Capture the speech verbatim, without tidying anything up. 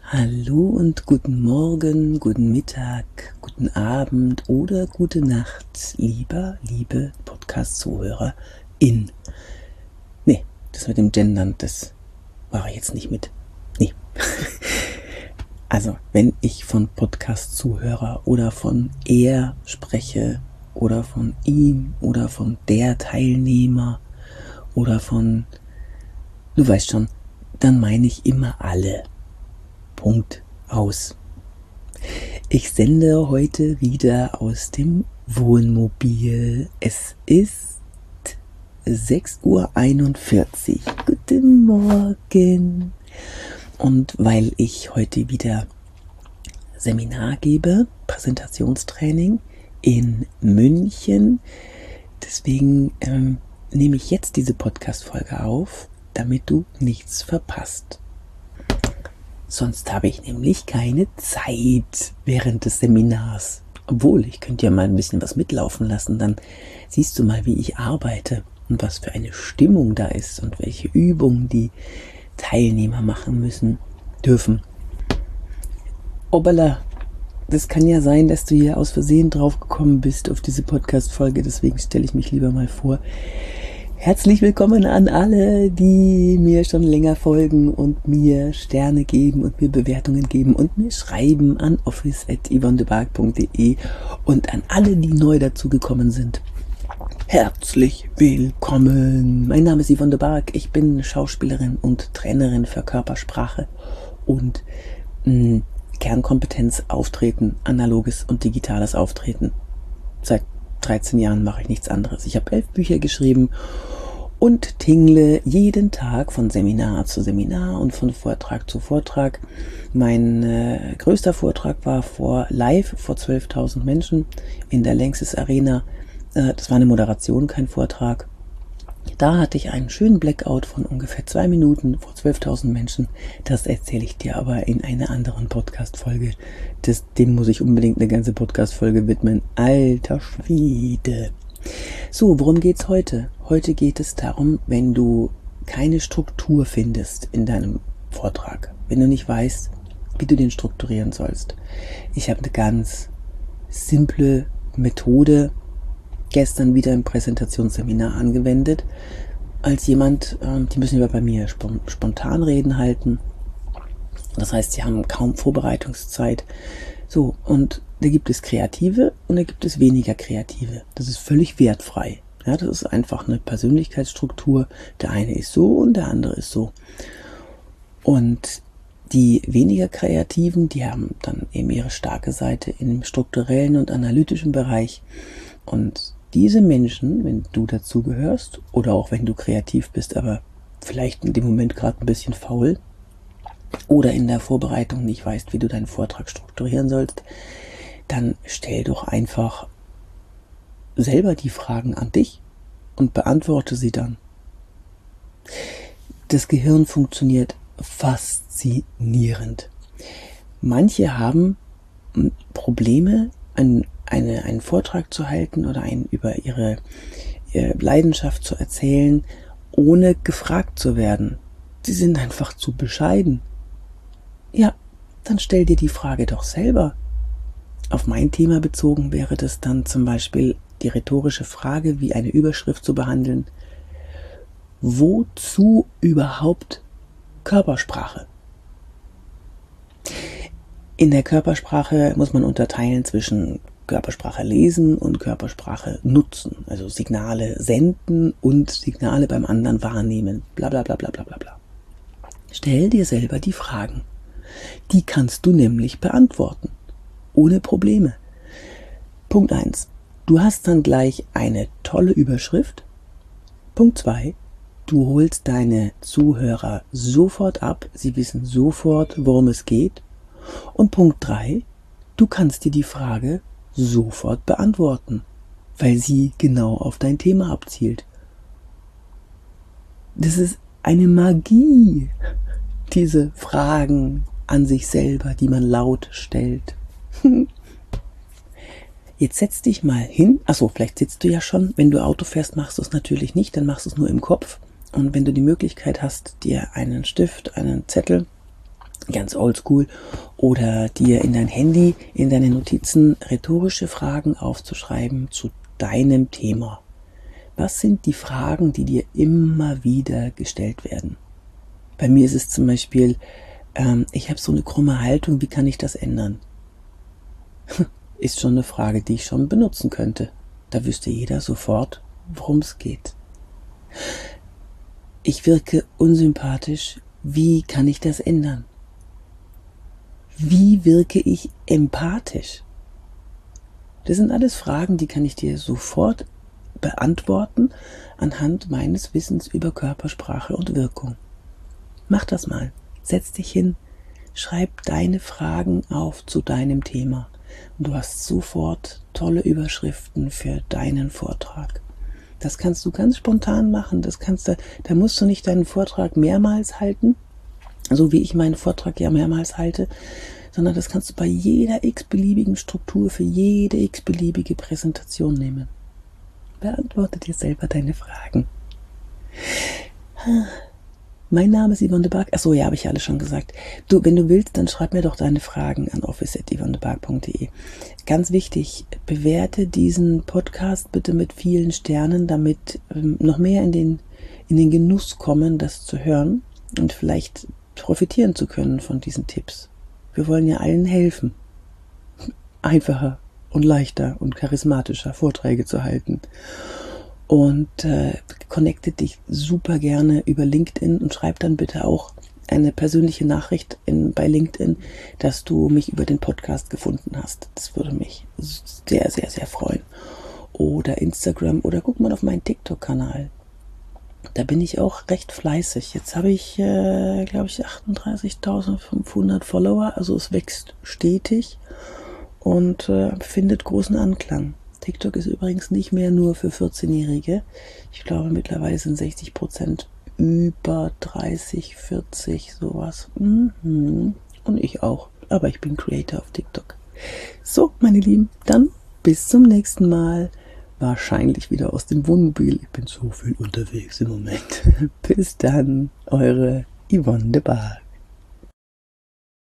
Hallo und guten Morgen, guten Mittag, guten Abend oder gute Nacht, lieber, liebe Podcast-ZuhörerIn. Nee, das mit dem Gendern, das mache ich jetzt nicht mit. Nee. Also, wenn ich von Podcast-Zuhörer oder von er spreche oder von ihm oder von der Teilnehmer oder von, du weißt schon, dann meine ich immer alle. Punkt, aus. Ich sende heute wieder aus dem Wohnmobil. Es ist sechs Uhr einundvierzig. Guten Morgen. Und weil ich heute wieder Seminar gebe, Präsentationstraining in München, deswegen ähm, nehme ich jetzt diese Podcast-Folge auf, damit du nichts verpasst. Sonst habe ich nämlich keine Zeit während des Seminars. Obwohl, ich könnte ja mal ein bisschen was mitlaufen lassen, dann siehst du mal, wie ich arbeite und was für eine Stimmung da ist und welche Übungen die Teilnehmer machen müssen, dürfen. Obala, das kann ja sein, dass du hier aus Versehen drauf gekommen bist auf diese Podcast-Folge, deswegen stelle ich mich lieber mal vor. Herzlich willkommen an alle, die mir schon länger folgen und mir Sterne geben und mir Bewertungen geben und mir schreiben an office at yvonnedebarg punkt de und an alle, die neu dazugekommen sind. Herzlich willkommen! Mein Name ist Yvonne de Barg, ich bin Schauspielerin und Trainerin für Körpersprache und mh, Kernkompetenz Auftreten, analoges und digitales Auftreten. Seit dreizehn Jahren mache ich nichts anderes. Ich habe elf Bücher geschrieben und tingle jeden Tag von Seminar zu Seminar und von Vortrag zu Vortrag. Mein äh, größter Vortrag war vor live vor zwölftausend Menschen in der Lanxess Arena. Äh, das war eine Moderation, kein Vortrag. Da hatte ich einen schönen Blackout von ungefähr zwei Minuten vor zwölftausend Menschen. Das erzähle ich dir aber in einer anderen Podcast-Folge. Das, dem muss ich unbedingt eine ganze Podcast-Folge widmen. Alter Schwede. So, worum geht's heute? Heute geht es darum, wenn du keine Struktur findest in deinem Vortrag, wenn du nicht weißt, wie du den strukturieren sollst. Ich habe eine ganz simple Methode gestern wieder im Präsentationsseminar angewendet, als jemand, äh, die müssen ja bei mir spontan Reden halten. Das heißt, sie haben kaum Vorbereitungszeit. So, und da gibt es Kreative und da gibt es weniger Kreative. Das ist völlig wertfrei. Ja, das ist einfach eine Persönlichkeitsstruktur. Der eine ist so und der andere ist so. Und die weniger Kreativen, die haben dann eben ihre starke Seite im strukturellen und analytischen Bereich. Und diese Menschen, wenn du dazu gehörst oder auch wenn du kreativ bist, aber vielleicht in dem Moment gerade ein bisschen faul oder in der Vorbereitung nicht weißt, wie du deinen Vortrag strukturieren sollst, dann stell doch einfach selber die Fragen an dich und beantworte sie dann. Das Gehirn funktioniert faszinierend. Manche haben Probleme, ein Eine, einen Vortrag zu halten oder einen über ihre, ihre Leidenschaft zu erzählen, ohne gefragt zu werden. Sie sind einfach zu bescheiden. Ja, dann stell dir die Frage doch selber. Auf mein Thema bezogen wäre das dann zum Beispiel die rhetorische Frage, wie eine Überschrift zu behandeln. Wozu überhaupt Körpersprache? In der Körpersprache muss man unterteilen zwischen Körpersprache lesen und Körpersprache nutzen, also Signale senden und Signale beim anderen wahrnehmen, bla bla bla bla bla bla. Stell dir selber die Fragen. Die kannst du nämlich beantworten, ohne Probleme. Punkt eins. Du hast dann gleich eine tolle Überschrift. Punkt zwei. Du holst deine Zuhörer sofort ab, sie wissen sofort, worum es geht. Und Punkt drei. Du kannst dir die Frage sofort beantworten, weil sie genau auf dein Thema abzielt. Das ist eine Magie, diese Fragen an sich selber, die man laut stellt. Jetzt setz dich mal hin. Achso, vielleicht sitzt du ja schon. Wenn du Auto fährst, machst du es natürlich nicht, dann machst du es nur im Kopf. Und wenn du die Möglichkeit hast, dir einen Stift, einen Zettel ganz oldschool, oder dir in dein Handy, in deine Notizen rhetorische Fragen aufzuschreiben zu deinem Thema. Was sind die Fragen, die dir immer wieder gestellt werden? Bei mir ist es zum Beispiel, ähm, ich habe so eine krumme Haltung, wie kann ich das ändern? Ist schon eine Frage, die ich schon benutzen könnte. Da wüsste jeder sofort, worum es geht. Ich wirke unsympathisch, wie kann ich das ändern? Wie wirke ich empathisch? Das sind alles Fragen, die kann ich dir sofort beantworten anhand meines Wissens über Körpersprache und Wirkung. Mach das mal. Setz dich hin, schreib deine Fragen auf zu deinem Thema und du hast sofort tolle Überschriften für deinen Vortrag. Das kannst du ganz spontan machen. Das kannst du, da musst du nicht deinen Vortrag mehrmals halten, so wie ich meinen Vortrag ja mehrmals halte, sondern das kannst du bei jeder x-beliebigen Struktur für jede x-beliebige Präsentation nehmen. Beantworte dir selber deine Fragen. Mein Name ist Yvonne de Barg. Achso, ja, habe ich ja alles schon gesagt. Du, wenn du willst, dann schreib mir doch deine Fragen an office at yvonne de barg punkt de. Ganz wichtig, bewerte diesen Podcast bitte mit vielen Sternen, damit ähm, noch mehr in den, in den Genuss kommen, das zu hören und vielleicht profitieren zu können von diesen Tipps. Wir wollen ja allen helfen, einfacher und leichter und charismatischer Vorträge zu halten. Und äh, connecte dich super gerne über LinkedIn und schreib dann bitte auch eine persönliche Nachricht in, bei LinkedIn, dass du mich über den Podcast gefunden hast. Das würde mich sehr, sehr, sehr freuen. Oder Instagram oder guck mal auf meinen TikTok-Kanal. Da bin ich auch recht fleißig. Jetzt habe ich, äh, glaube ich, achtunddreißigtausendfünfhundert Follower. Also es wächst stetig und äh, findet großen Anklang. TikTok ist übrigens nicht mehr nur für vierzehnjährige. Ich glaube, mittlerweile sind sechzig Prozent über dreißig, vierzig, sowas. Mhm. Und ich auch. Aber ich bin Creator auf TikTok. So, meine Lieben, dann bis zum nächsten Mal. Wahrscheinlich wieder aus dem Wohnmobil. Ich bin so viel unterwegs im Moment. Bis dann, eure Yvonne de Barg.